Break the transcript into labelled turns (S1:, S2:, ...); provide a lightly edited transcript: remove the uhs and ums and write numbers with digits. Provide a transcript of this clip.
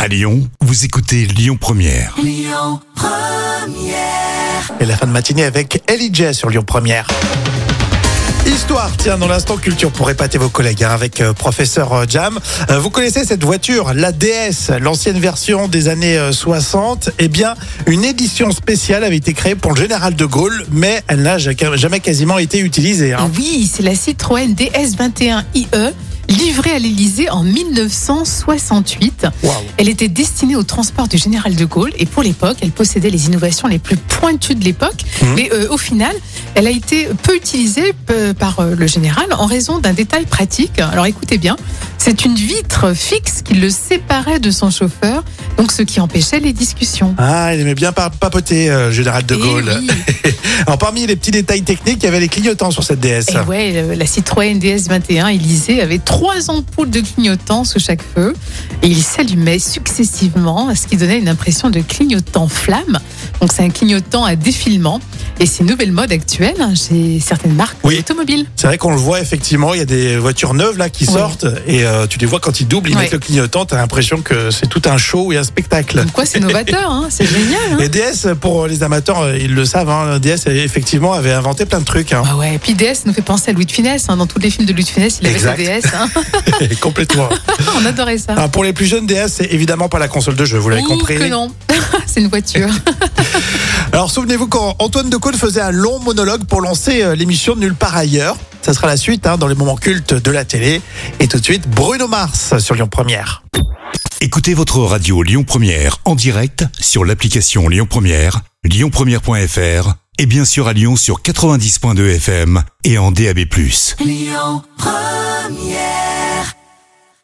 S1: À Lyon, vous écoutez Lyon Première.
S2: Et la fin de matinée avec Elijah sur Lyon Première. Histoire, tiens, dans l'instant culture pour épater vos collègues avec professeur Jam. Vous connaissez cette voiture, la DS, l'ancienne version des années 60. Eh bien, une édition spéciale avait été créée pour le général de Gaulle, mais elle n'a jamais quasiment été utilisée.
S3: Oui, c'est la Citroën DS21IE. Livrée à l'Élysée en 1968.
S2: Wow.
S3: Elle était destinée au transport du général de Gaulle et pour l'époque, elle possédait les innovations les plus pointues de l'époque. Mais au final, elle a été peu utilisée par le général en raison d'un détail pratique. Alors écoutez bien, c'est une vitre fixe qui le séparait de son chauffeur, donc ce qui empêchait les discussions.
S2: Ah, il aimait bien papoter, général de Gaulle.
S3: Oui.
S2: Alors, parmi les petits détails techniques, il y avait les clignotants sur cette DS.
S3: Et ouais, la Citroën DS21 Élysée avait 3 ampoules de clignotants sous chaque feu et ils s'allumaient successivement, ce qui donnait une impression de clignotant flamme. Donc c'est un clignotant à défilement et c'est une nouvelle mode actuelle chez certaines marques automobiles.
S2: C'est vrai qu'on le voit effectivement, il y a des voitures neuves là qui sortent et tu les vois quand ils doublent, ils mettent le clignotant, t'as l'impression que c'est tout un show et un spectacle.
S3: Donc quoi, c'est novateur, c'est génial.
S2: Et DS, pour les amateurs, ils le savent, DS effectivement avait inventé plein de trucs.
S3: Ah ouais, et puis DS nous fait penser à Louis de Funès, dans tous les films de Louis de Funès, il avait sa DS.
S2: Complètement.
S3: On adorait ça.
S2: Alors pour les plus jeunes, DS, c'est évidemment pas la console de jeu, vous l'avez compris.
S3: Que non, c'est une voiture.
S2: Alors souvenez-vous quand Antoine Decaune faisait un long monologue pour lancer l'émission Nulle part ailleurs. Ça sera la suite dans les moments cultes de la télé. Et tout de suite, Bruno Mars sur Lyon Première.
S1: Écoutez votre radio Lyon Première en direct sur l'application Lyon Première, lyonpremière.fr et bien sûr à Lyon sur 90.2 FM et en DAB+.
S4: Lyon Première.